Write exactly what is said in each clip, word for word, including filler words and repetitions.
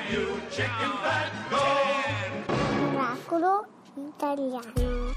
you chicken fat, go! Oracolo italiano.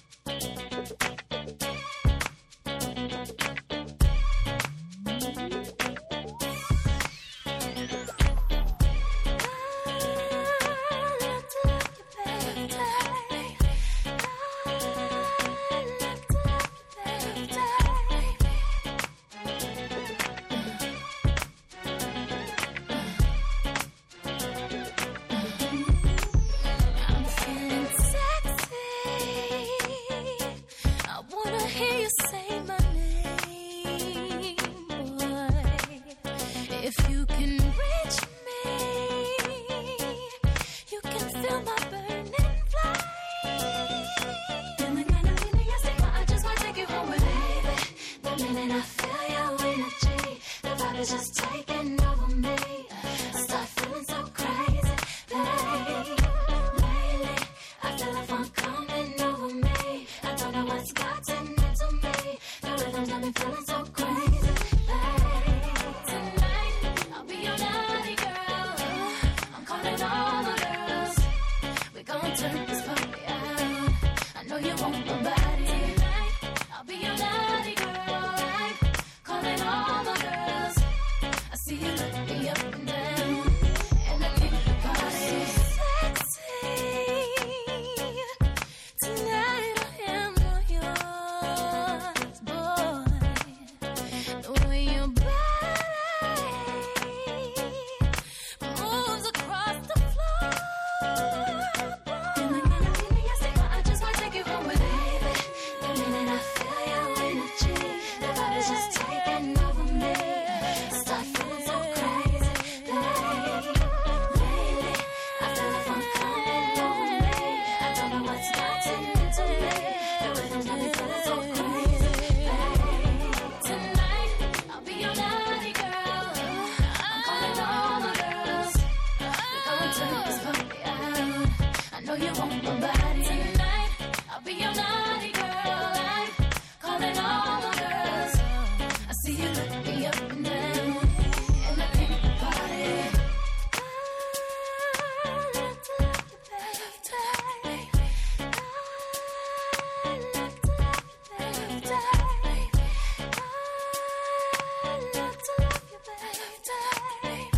Just taking over me. I start feeling so crazy, babe. Lately, I feel like fun coming over me. I don't know what's gotten into me. The rhythm got me feeling so crazy, babe. Tonight, I'll be your naughty girl. I'm calling all the girls. We gon' turn this puppy out. I know you want my body. Tonight, I'll be your naughty girl. I'm calling all the girls. See you look me up and down, and I keep the party sexy. Tonight I am all yours, boy. The way your body moves across the floor, boy. I just wanna take you home with me, baby. The minute I feel your energy, the vibe is just taking over me. Start feeling so crazy, babe. Lately, I feel like I'm coming over me. I don't know what's gotten into me. The rhythm got me feeling so crazy, babe. Tonight, I'll be your naughty girl. I'm calling all the girls. We're gonna turn this puppy out. I know you want my body. Tonight, I'll be your naughty girl. I'm calling all the girls. I see you look me up and down, and I keep the party. I love to love you, baby. I love to love you, baby. I love to love you, baby.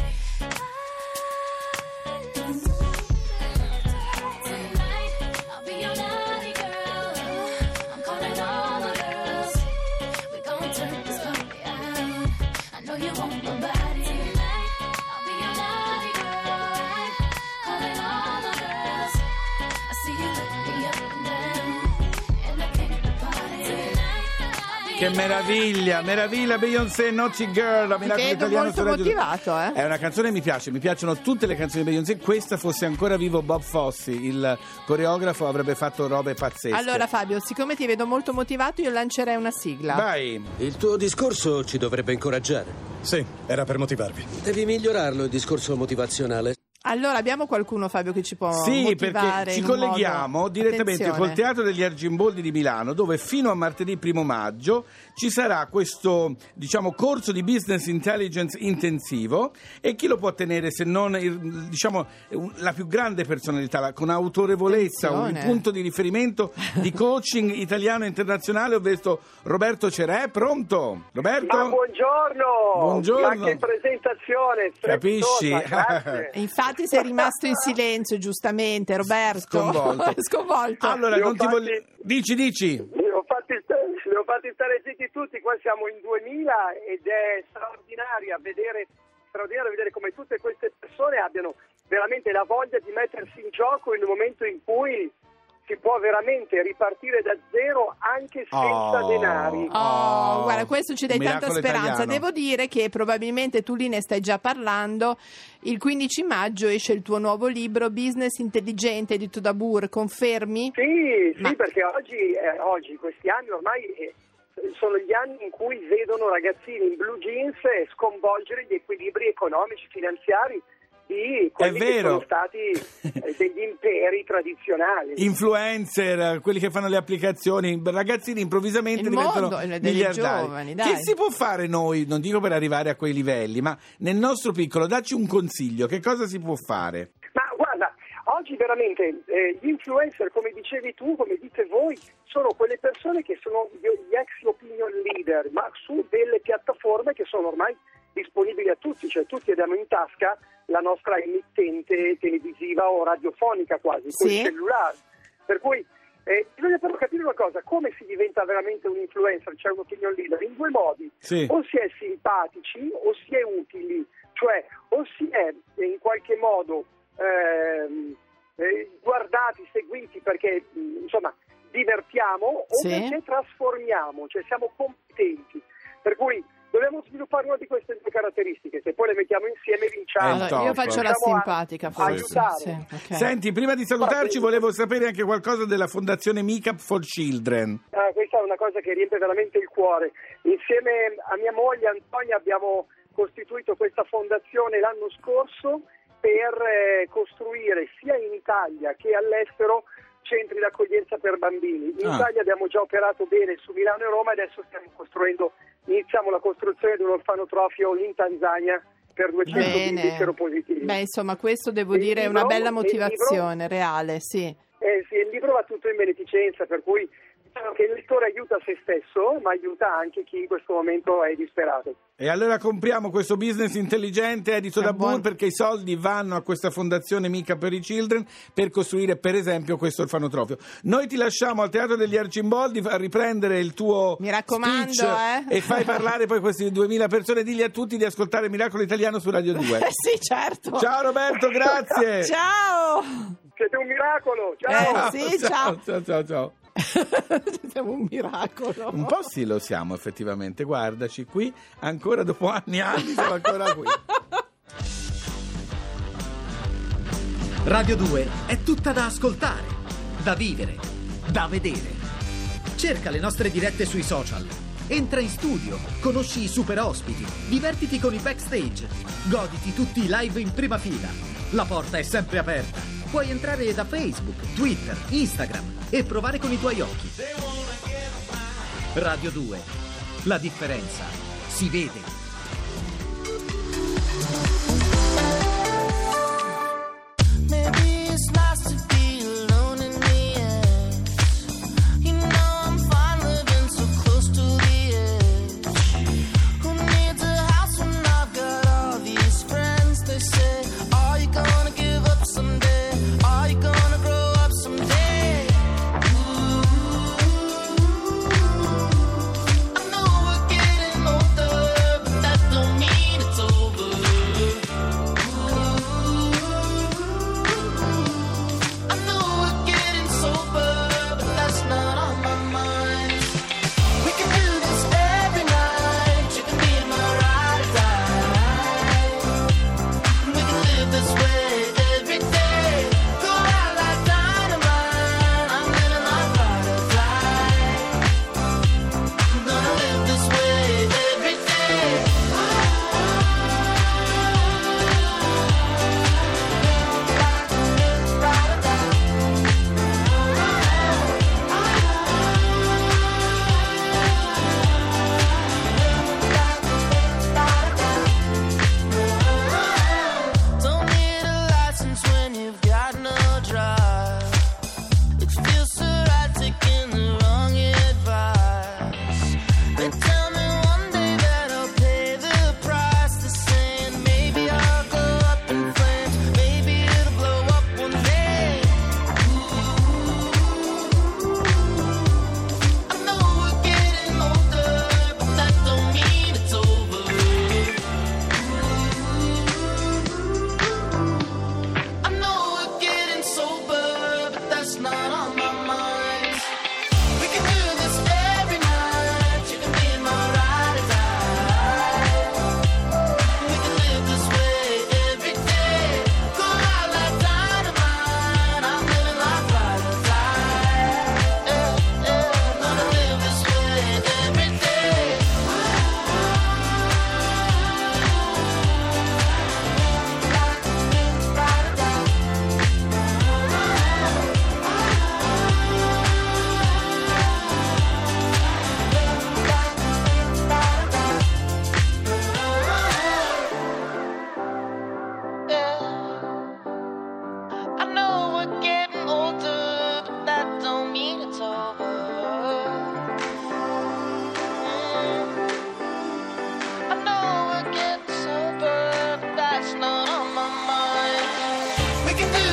Tonight, I'll be your naughty girl. I'm calling all the girls. We gon' turn this puppy out. I know you want my body. Tonight, I'll be your naughty girl. I'm calling all the girls. I see you look me up and down, and I keep the party. Tonight, I'll be Che meraviglia, meraviglia Beyoncé, Naughty Girl, la Ti Miracolo vedo Italiano molto su Radio due. motivato, eh? È una canzone che mi piace, mi piacciono tutte le canzoni di Beyoncé. Questa, fosse ancora vivo Bob Fosse, il coreografo, avrebbe fatto robe pazzesche. Allora Fabio, siccome ti vedo molto motivato, io lancerei una sigla. Vai. Il tuo discorso ci dovrebbe incoraggiare. Sì, era per motivarvi. Devi migliorarlo il discorso motivazionale. Allora abbiamo qualcuno, Fabio, che ci può Sì, motivare perché ci in un colleghiamo modo... direttamente Attenzione. col Teatro degli Argimboldi di Milano, dove fino a martedì primo maggio ci sarà questo, diciamo, corso di business intelligence intensivo. E chi lo può tenere se non il- diciamo la più grande personalità, la- con autorevolezza, un Attenzione. punto di riferimento di coaching italiano e internazionale, ovvero Roberto Cerè. Pronto? Roberto? Ma buongiorno! Buongiorno. Ma che presentazione! Capisci? strepitosa, grazie. E infatti sei rimasto in silenzio, giustamente, Roberto. Sconvolto. Sconvolto. Allora, Li ho non ti fatti- voglio... Dici, dici. Li ho fatti stare, li ho fatti stare zitti tutti, qua siamo in duemila ed è straordinario vedere, straordinario vedere come tutte queste persone abbiano veramente la voglia di mettersi in gioco in un momento in cui si può veramente ripartire da zero anche senza Oh. denari. Oh, Oh, guarda, questo ci dai un tanta miracolo speranza. italiano. Devo dire che probabilmente tu lì ne stai già parlando. Il quindici maggio esce il tuo nuovo libro, Business Intelligente, edito da Burr. Confermi? Sì, sì, Ma- perché oggi, eh, oggi, questi anni ormai eh, sono gli anni in cui vedono ragazzini in blue jeans eh, sconvolgere gli equilibri economici, finanziari di quelli È che vero. sono stati eh, degli imperi tradizionali. Influencer, quelli che fanno le applicazioni, ragazzini improvvisamente Il diventano mondo, dei miliardari. giovani, dai. Che si può fare noi, non dico per arrivare a quei livelli, ma nel nostro piccolo, dacci un consiglio, che cosa si può fare? Ma guarda, oggi veramente eh, gli influencer, come dicevi tu, come dite voi, sono quelle persone che sono gli, gli ex opinion leader, ma su delle piattaforme che sono ormai disponibili a tutti, cioè tutti abbiamo in tasca la nostra emittente televisiva o radiofonica quasi, con Sì. il cellulare. Per cui eh, bisogna però capire una cosa, come si diventa veramente un influencer, cioè un opinion leader? In due modi, Sì. o si è simpatici o si è utili, cioè o si è in qualche modo ehm, eh, guardati, seguiti perché mh, insomma divertiamo o Sì. perché trasformiamo, cioè siamo competenti. Per cui dobbiamo sviluppare una di queste due caratteristiche, se poi le mettiamo insieme vinciamo. Eh, Allora, io top. faccio la Riusciamo a- simpatica a forse. aiutare. Sì, ok. Senti, prima di salutarci Guarda, volevo sapere anche qualcosa della fondazione Makeup for Children. Ah, questa è una cosa che riempie veramente il cuore. Insieme a mia moglie Antonia abbiamo costituito questa fondazione l'anno scorso per eh, costruire sia in Italia che all'estero centri d'accoglienza per bambini. In Ah. Italia abbiamo già operato bene su Milano e Roma e adesso stiamo costruendo, iniziamo la costruzione di un orfanotrofio in Tanzania per duecento bimbi Bene. sieropositivi. Beh, insomma, questo devo Il dire è libro- una bella il motivazione, reale, sì. Eh sì, il libro va tutto in beneficenza, per cui diciamo che il lettore aiuta se stesso, ma aiuta anche chi in questo momento è disperato. E allora compriamo questo business intelligente edito È da Bull, buono. perché i soldi vanno a questa fondazione Mica per i Children per costruire per esempio questo orfanotrofio. Noi ti lasciamo al Teatro degli Arcimboldi a riprendere il tuo Mi raccomando, speech eh. e fai parlare poi queste duemila persone. Digli a tutti di ascoltare Miracolo Italiano su Radio due. Eh sì, certo. Ciao Roberto, grazie. Ciao. Siete un miracolo, ciao! Eh, sì, ciao. ciao, ciao, ciao. Siamo un miracolo. Un po' sì lo siamo effettivamente, guardaci qui, ancora dopo anni e anni siamo ancora qui. Radio due è tutta da ascoltare, da vivere, da vedere. Cerca le nostre dirette sui social. Entra in studio, conosci i super ospiti, divertiti con i backstage, goditi tutti i live in prima fila. La porta è sempre aperta. Puoi entrare da Facebook, Twitter, Instagram e provare con i tuoi occhi. Radio due. La differenza si vede. Maybe it's nice to be alone in the end. You know I'm fine living so close to the edge. Who needs a house when I've got all these friends? They say, are you gonna give up someday? Are you gonna grow up someday? Ooh, I know we're getting older, but we can do